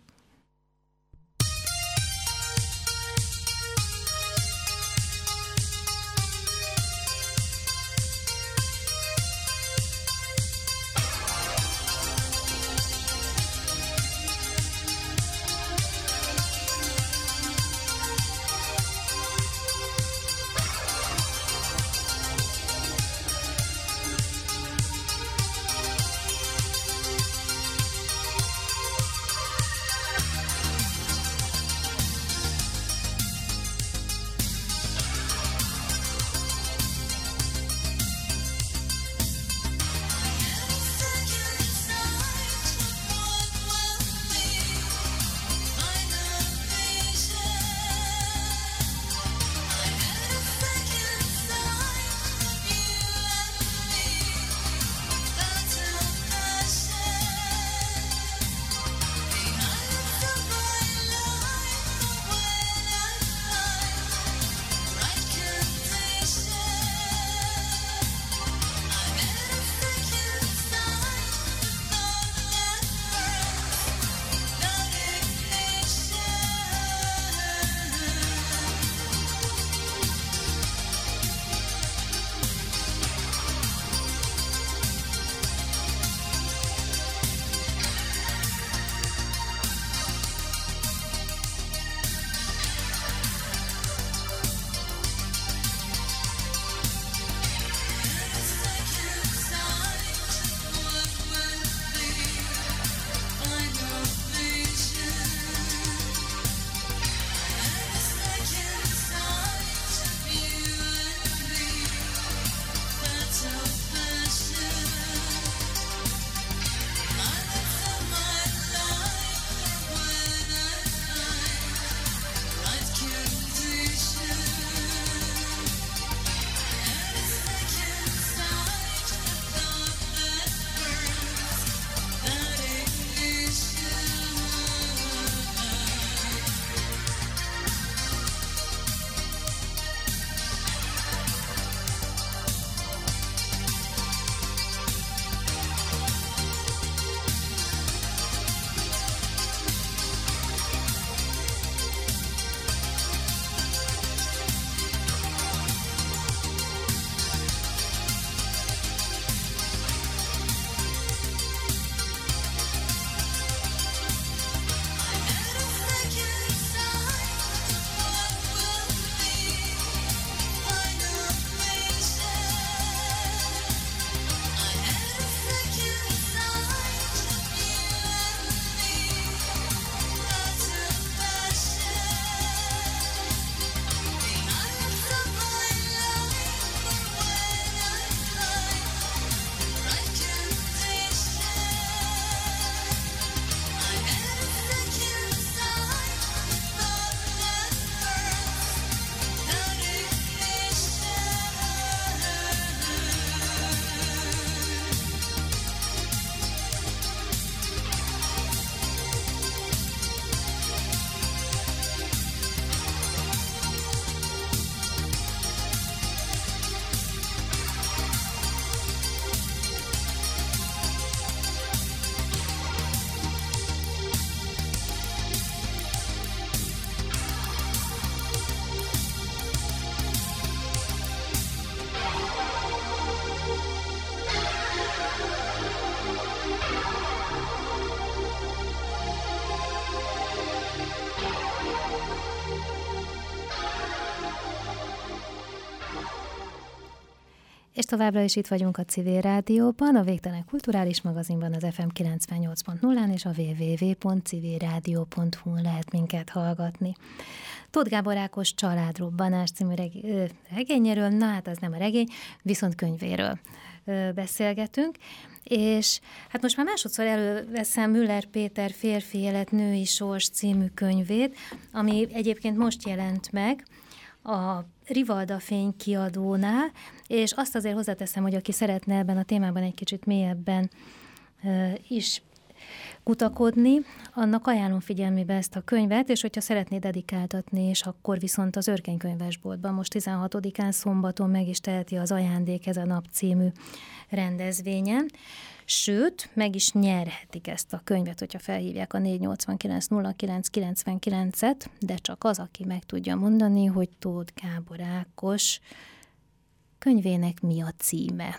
És továbbra is itt vagyunk a Civil Rádióban, a Végtelen Kulturális Magazinban, az ef em kilencvennyolc pont nullán és a double-u double-u double-u pont civil rádió pont hu-n lehet minket hallgatni. Tóth Gábor Ákos Családrobbanás című reg- regényéről, na hát az nem a regény, viszont könyvéről beszélgetünk, és hát most már másodszor előveszem Müller Péter Férfi élet, női sors című könyvét, ami egyébként most jelent meg a Rivalda Fény kiadónál, és azt azért hozzáteszem, hogy aki szeretne ebben a témában egy kicsit mélyebben uh, is kutakodni, annak ajánlom figyelmébe ezt a könyvet, és hogyha szeretné dedikáltatni, és akkor viszont az Örkény könyvesboltban most tizenhatodikán szombaton meg is teheti az Ajándék ez a nap című rendezvényen. Sőt, meg is nyerhetik ezt a könyvet, hogyha felhívják a négy nyolc kilenc nulla kilenc kilencvenkilencet, de csak az, aki meg tudja mondani, hogy Tóth Gábor Ákos könyvének mi a címe.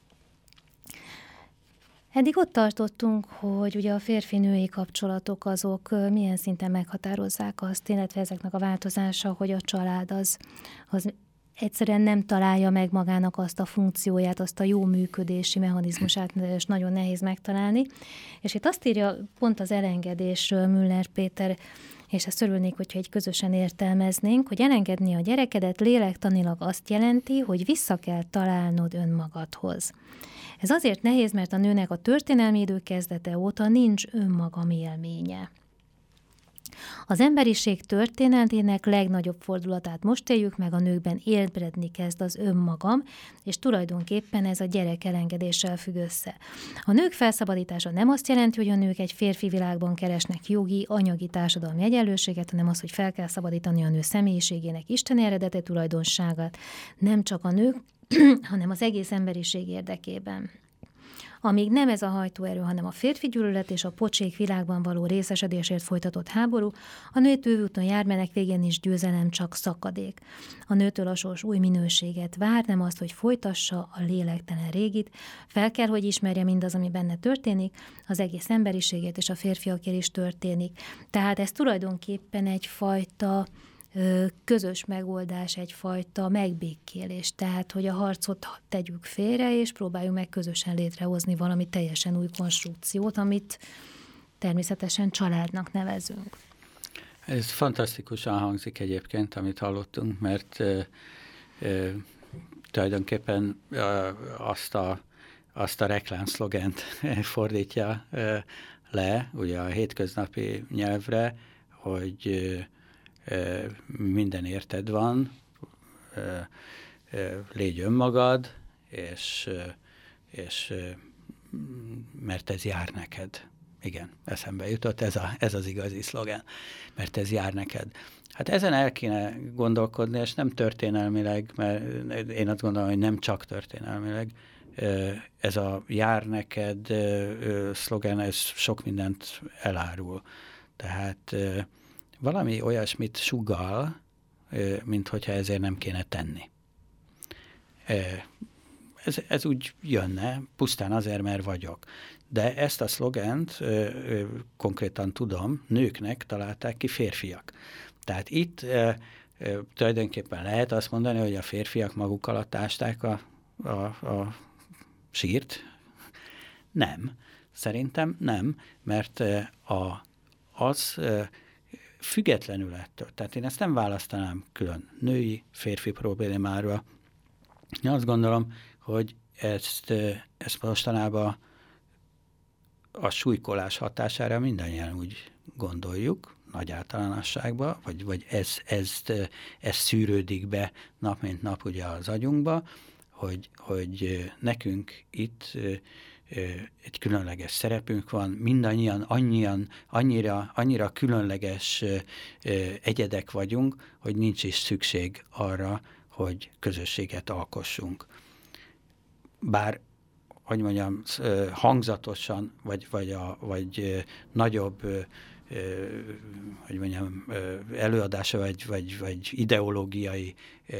Eddig ott tartottunk, hogy ugye a férfi-női kapcsolatok azok milyen szinten meghatározzák azt, illetve ezeknek a változása, hogy a család az, az egyszerűen nem találja meg magának azt a funkcióját, azt a jó működési mechanizmusát, és nagyon nehéz megtalálni. És itt azt írja pont az elengedésről Müller Péter, és ezt örülnék, hogyha egy közösen értelmeznénk, hogy elengedni a gyerekedet lélektanilag azt jelenti, hogy vissza kell találnod önmagadhoz. Ez azért nehéz, mert a nőnek a történelmi idő kezdete óta nincs önmagam élménye. Az emberiség történetének legnagyobb fordulatát most éljük meg, a nőkben ébredni kezd az önmagam, és tulajdonképpen ez a gyerek elengedéssel függ össze. A nők felszabadítása nem azt jelenti, hogy a nők egy férfi világban keresnek jogi, anyagi, társadalmi egyenlőséget, hanem az, hogy fel kell szabadítani a nő személyiségének isteni eredeti tulajdonságát, nem csak a nők, hanem az egész emberiség érdekében. Amíg nem ez a hajtóerő, hanem a férfi gyűlölet és a pocsék világban való részesedésért folytatott háború, a nő úton jár, menek végén is győzelem csak szakadék. A nőtől a sors új minőséget vár, nem azt, hogy folytassa a lélektelen régit, fel kell, hogy ismerje mindaz, ami benne történik, az egész emberiségét és a férfiakért is történik. Tehát ez tulajdonképpen egyfajta közös megoldás, egyfajta megbékélés. Tehát, hogy a harcot tegyük félre, és próbáljuk meg közösen létrehozni valami teljesen új konstrukciót, amit természetesen családnak nevezünk. Ez fantasztikusan hangzik egyébként, amit hallottunk, mert ö, ö, tulajdonképpen ö, azt a, azt a reklámszlogent fordítja ö, le, ugye a hétköznapi nyelvre, hogy ö, minden érted van, légy önmagad, és, és mert ez jár neked. Igen, eszembe jutott, ez, a, ez az igazi szlogen, mert ez jár neked. Hát ezen el kéne gondolkodni, és nem történelmileg, mert én azt gondolom, hogy nem csak történelmileg, ez a jár neked szlogen, ez sok mindent elárul. Tehát valami olyasmit sugall, mint hogyha ezért nem kéne tenni. Ez, ez úgy jönne, pusztán azért, mert vagyok. De ezt a szlogent konkrétan tudom, nőknek találták ki férfiak. Tehát itt tulajdonképpen lehet azt mondani, hogy a férfiak maguk alatt ásták a, a, a sírt. Nem. Szerintem nem, mert a, az függetlenül ettől. Tehát én ezt nem választanám külön női, férfi problémáról. Én azt gondolom, hogy ezt, ezt mostanában a súlykolás hatására mindannyian úgy gondoljuk, nagy általánosságban, vagy, vagy ez, ez, ez szűrődik be nap mint nap ugye az agyunkba, hogy, hogy nekünk itt egy különleges szerepünk van, mindannyian annyian, annyira, annyira különleges egyedek vagyunk, hogy nincs is szükség arra, hogy közösséget alkossunk. Bár, hogy mondjam, hangzatosan, vagy, vagy, a, vagy nagyobb hogy mondjam, előadása, vagy, vagy, vagy ideológiai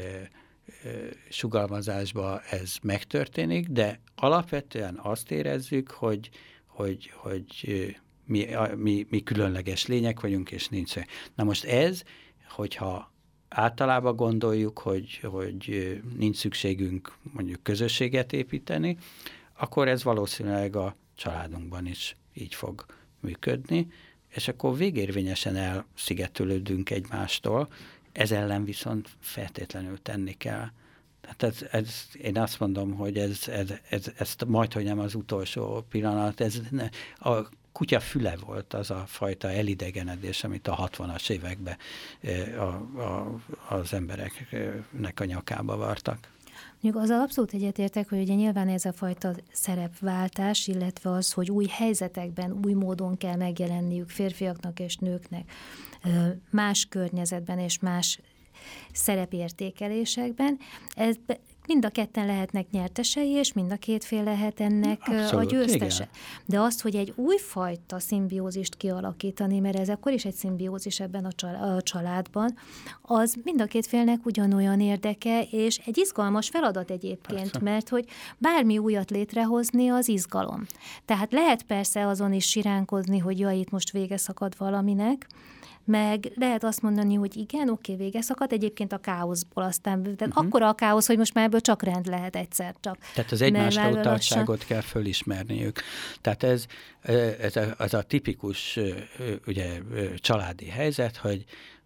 sugalmazásba ez megtörténik, de alapvetően azt érezzük, hogy, hogy, hogy mi, mi, mi különleges lények vagyunk, és nincs. Na most ez, hogyha általában gondoljuk, hogy, hogy nincs szükségünk mondjuk közösséget építeni, akkor ez valószínűleg a családunkban is így fog működni, és akkor végérvényesen elszigetülődünk egymástól, ez ellen viszont feltétlenül tenni kell. Tehát ez, ez, én azt mondom, hogy ez, ez, ez, ez majdhogy nem az utolsó pillanat, ez ne, a kutya füle volt az a fajta elidegenedés, amit a hatvanas években a, a, az embereknek a nyakába vartak. Mondjuk azzal abszolút egyetértek, hogy ugye nyilván ez a fajta szerepváltás, illetve az, hogy új helyzetekben, új módon kell megjelenniük férfiaknak és nőknek, más környezetben és más szerepértékelésekben, ez mind a ketten lehetnek nyertesei, és mind a két fél lehet ennek abszolút, a győztese. Igen. De azt, hogy egy újfajta szimbiózist kialakítani, mert ez akkor is egy szimbiózis ebben a családban, az mind a két félnek ugyanolyan érdeke, és egy izgalmas feladat egyébként, persze. Mert hogy bármi újat létrehozni, az izgalom. Tehát lehet persze azon is siránkozni, hogy jaj, itt most vége szakad valaminek, meg lehet azt mondani, hogy igen, oké, vége szakadt, egyébként a káoszból aztán, tehát uh-huh. akkora a káosz, hogy most már ebből csak rend lehet egyszer csak. Tehát az egymásra utaltságot lassan... kell fölismerniük. Tehát ez, ez a, az a tipikus ugye, családi helyzet, hogy,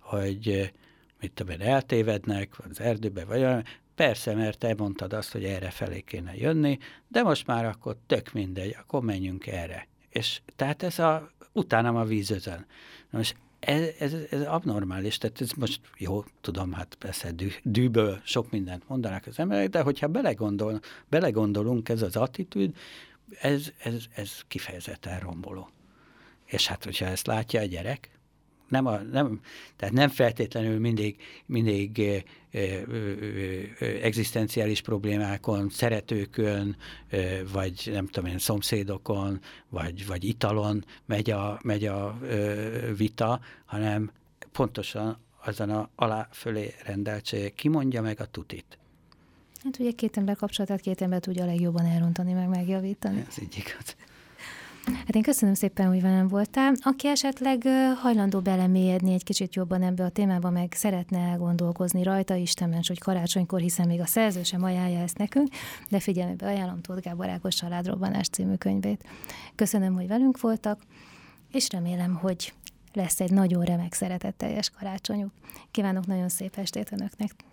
hogy mit tudom én, eltévednek az erdőbe, vagy olyan. Persze, mert te mondtad azt, hogy erre felé kéne jönni, de most már akkor tök mindegy, akkor menjünk erre. És tehát ez a, utánam a vízözön. Most Ez, ez, ez abnormális, tehát ez most jó, tudom, hát persze dű, dűből sok mindent mondanak az emberek, de hogyha belegondol, belegondolunk, ez az attitűd, ez, ez, ez kifejezetten romboló. És hát, hogyha ezt látja a gyerek, nem, a, nem, tehát nem feltétlenül mindig, mindig ö, ö, ö, ö, egzisztenciális problémákon, szeretőkön, ö, vagy nem tudom én, szomszédokon, vagy, vagy italon megy a, megy a ö, vita, hanem pontosan azon a alá-fölé rendeltség. Ki mondja meg a tutit? Hát ugye két ember kapcsolatát két ember tudja a legjobban elrontani, meg megjavítani. Ez így igaz. Hát én köszönöm szépen, hogy velem voltál. Aki esetleg hajlandó belemélyedni egy kicsit jobban ebbe a témába, meg szeretne elgondolkozni rajta, Isten ments, hogy karácsonykor, hiszen még a szerző sem ajánlja ezt nekünk, de figyelmébe ajánlom Tóth Gábor Ákos Családrobbanás című könyvét. Köszönöm, hogy velünk voltak, és remélem, hogy lesz egy nagyon remek, szeretetteljes karácsonyuk. Kívánok nagyon szép estét önöknek!